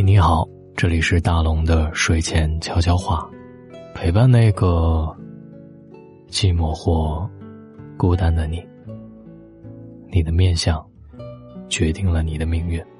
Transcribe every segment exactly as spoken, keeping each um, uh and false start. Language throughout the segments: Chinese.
你好，这里是大龙的睡前悄悄话，陪伴那个寂寞或孤单的你。你的面相决定了你的命运，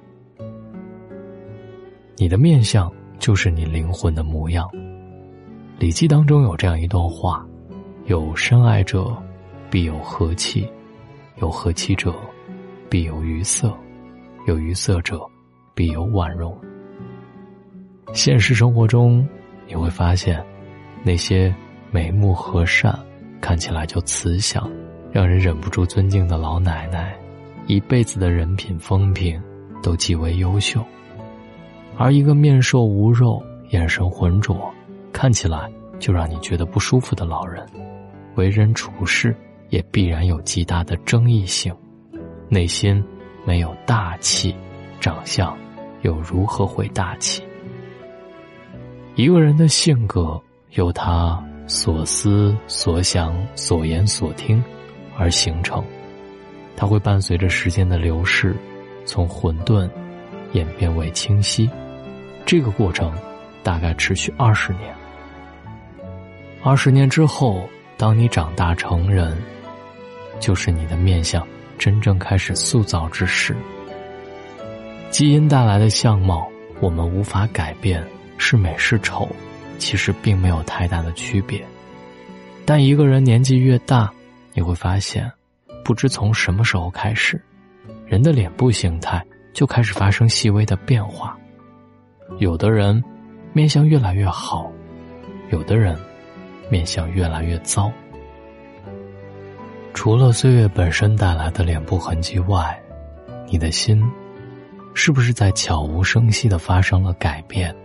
你的面相就是你灵魂的模样。礼记当中有这样一段话，有深爱者必有和气，有和气者必有愉色，有愉色者必有婉容。现实生活中你会发现，那些眉目和善，看起来就慈祥，让人忍不住尊敬的老奶奶，一辈子的人品风评都极为优秀。而一个面瘦无肉，眼神浑浊，看起来就让你觉得不舒服的老人，为人处事也必然有极大的争议性，内心没有大气，长相又如何会大气？一个人的性格由他所思所想所言所听而形成，它会伴随着时间的流逝，从混沌演变为清晰。这个过程大概持续二十年。二十年之后，当你长大成人，就是你的面相真正开始塑造之时。基因带来的相貌我们无法改变，是美是丑其实并没有太大的区别。但一个人年纪越大，你会发现不知从什么时候开始，人的脸部形态就开始发生细微的变化。有的人面相越来越好，有的人面相越来越糟。除了岁月本身带来的脸部痕迹外，你的心是不是在悄无声息地发生了改变？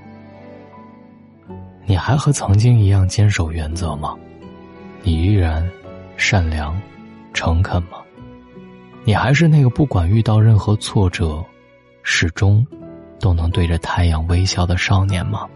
你还和曾经一样坚守原则吗？你依然善良诚恳吗？你还是那个不管遇到任何挫折始终都能对着太阳微笑的少年吗？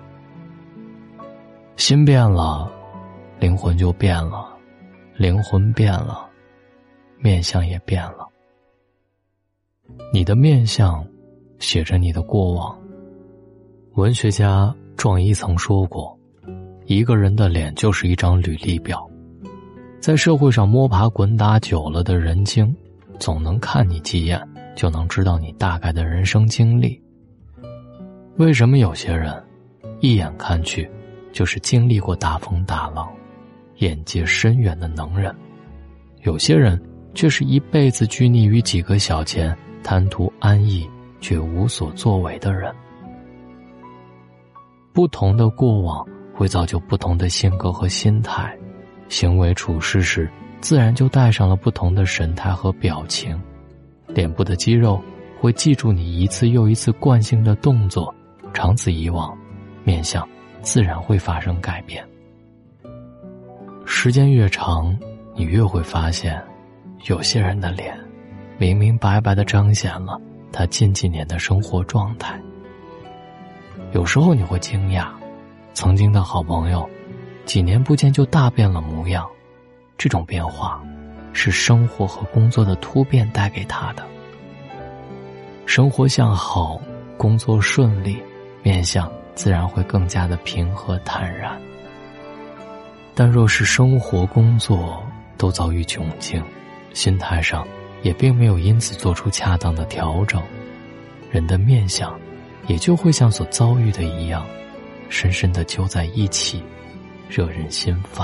心变了，灵魂就变了，灵魂变了，面相也变了。你的面相写着你的过往。文学家壮一曾说过，一个人的脸就是一张履历表。在社会上摸爬滚打久了的人精，总能看你几眼就能知道你大概的人生经历。为什么有些人一眼看去就是经历过大风大浪，眼界深远的能人，有些人却是一辈子拘泥于几个小钱，贪图安逸却无所作为的人。不同的过往会造就不同的性格和心态，行为处事时自然就带上了不同的神态和表情。脸部的肌肉会记住你一次又一次惯性的动作，长此以往，面相自然会发生改变。时间越长，你越会发现，有些人的脸明明白白地彰显了他近几年的生活状态。有时候你会惊讶，曾经的好朋友几年不见就大变了模样，这种变化是生活和工作的突变带给他的。生活向好，工作顺利，面相自然会更加的平和坦然。但若是生活工作都遭遇窘境，心态上也并没有因此做出恰当的调整，人的面相也就会像所遭遇的一样，深深地揪在一起，惹人心烦。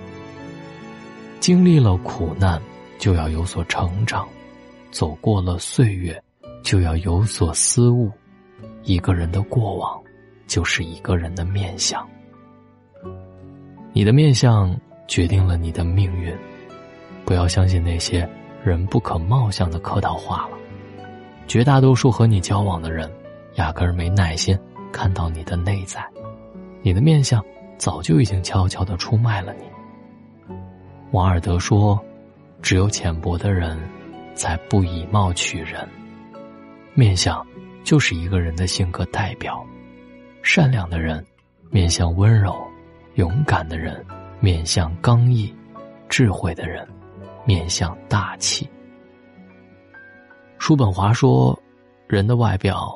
经历了苦难就要有所成长，走过了岁月就要有所思悟。一个人的过往就是一个人的面相。你的面相决定了你的命运，不要相信那些人不可貌相的客套话了。绝大多数和你交往的人压根儿没耐心看到你的内在，你的面相早就已经悄悄地出卖了你。王尔德说，只有浅薄的人才不以貌取人。面相就是一个人的性格代表，善良的人面相温柔，勇敢的人面相刚毅，智慧的人面相大气。叔本华说，人的外表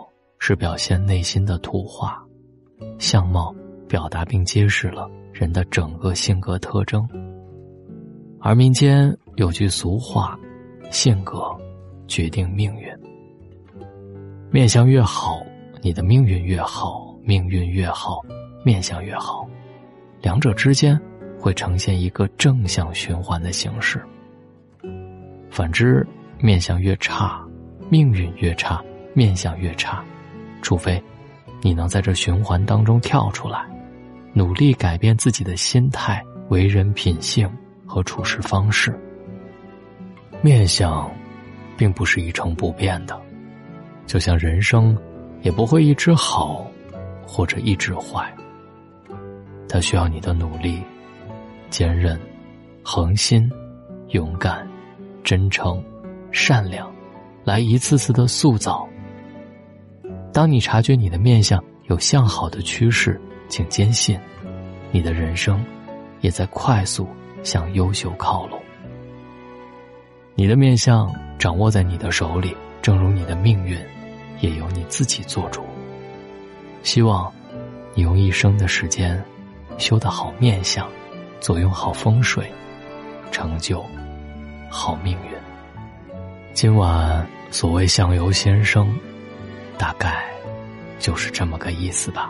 是表现内心的图画，相貌表达并揭示了人的整个性格特征。而民间有句俗话，性格决定命运。面相越好，你的命运越好，命运越好，面相越好，两者之间会呈现一个正向循环的形式。反之，面相越差，命运越差，面相越差，除非你能在这循环当中跳出来，努力改变自己的心态、为人品性和处事方式。面相并不是一成不变的，就像人生也不会一直好或者一直坏，它需要你的努力、坚韧、恒心、勇敢、真诚、善良来一次次的塑造。当你察觉你的面相有向好的趋势，请坚信你的人生也在快速向优秀靠拢。你的面相掌握在你的手里，正如你的命运也由你自己做主。希望你用一生的时间修得好面相，作用好风水，成就好命运。今晚所谓相由心生，大概就是这么个意思吧。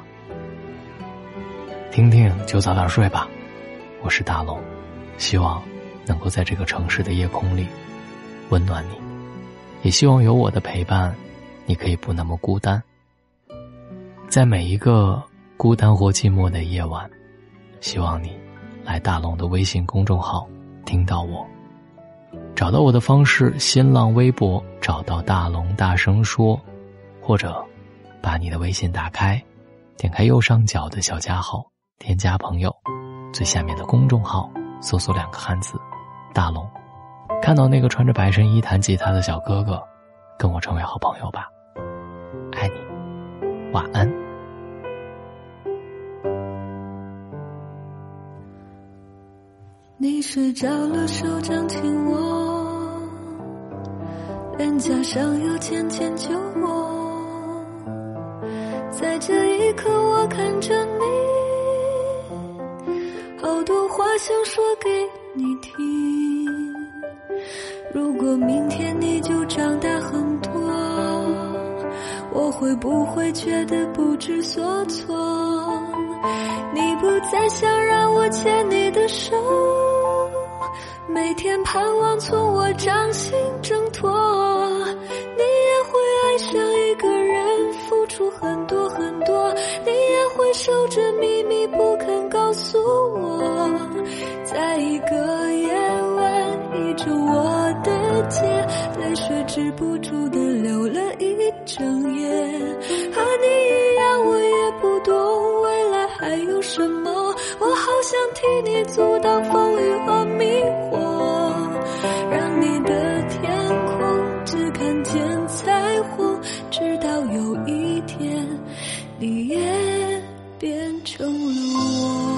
听听就早点睡吧，我是大龙，希望能够在这个城市的夜空里温暖你，也希望有我的陪伴，你可以不那么孤单。在每一个孤单或寂寞的夜晚，希望你来大龙的微信公众号听到我。找到我的方式，新浪微博找到大龙大声说，或者把你的微信打开，点开右上角的小加号，添加朋友，最下面的公众号搜索两个汉字大龙，看到那个穿着白衬衣弹吉他的小哥哥，跟我成为好朋友吧。爱你，晚安。 你睡着了，手掌紧握，脸颊上有浅浅酒窝，在这一刻我看着你，好多话想说给你听。如果明天你就长大很多，我会不会觉得不知所措？你不再想让我牵你的手，每天盼望从我掌心挣脱。你也会爱上一个人，付出很多很多，你也会守着秘密不肯告诉我。在一个夜晚，依着我的肩，泪水止不住的流了一整夜。和你一样，我也不懂未来还有什么，我好想替你阻挡风雨和迷惑，让你的天空只看见彩虹，直到有一天你也变成了我。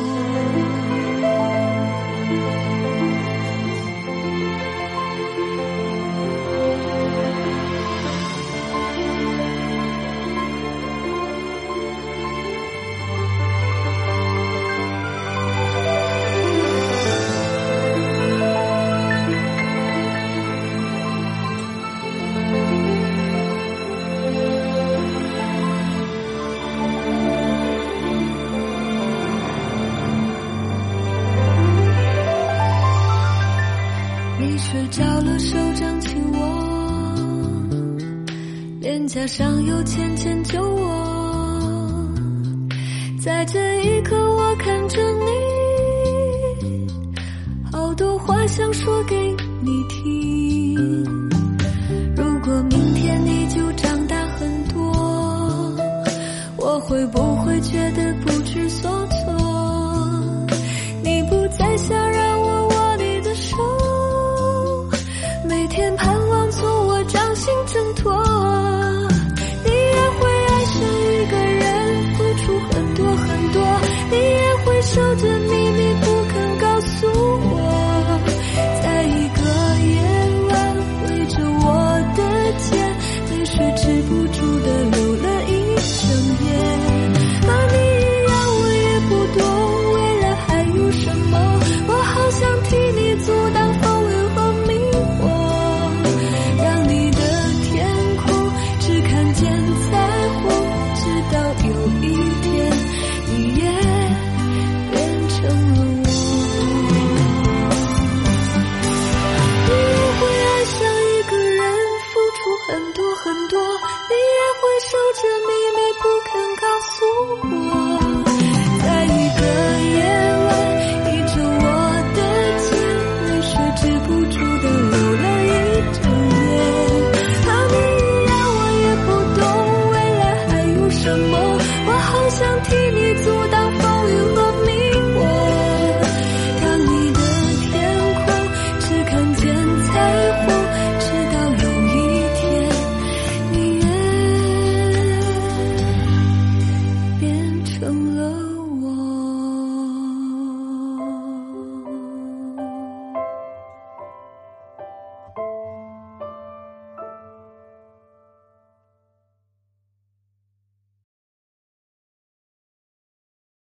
你睡着了，手掌紧握，脸颊上有浅浅酒窝，在这一刻我看着你，好多话想说给你听。如果明天你就长大很多，我会不会觉得不知所措？你不再想让我握你的手，每天盼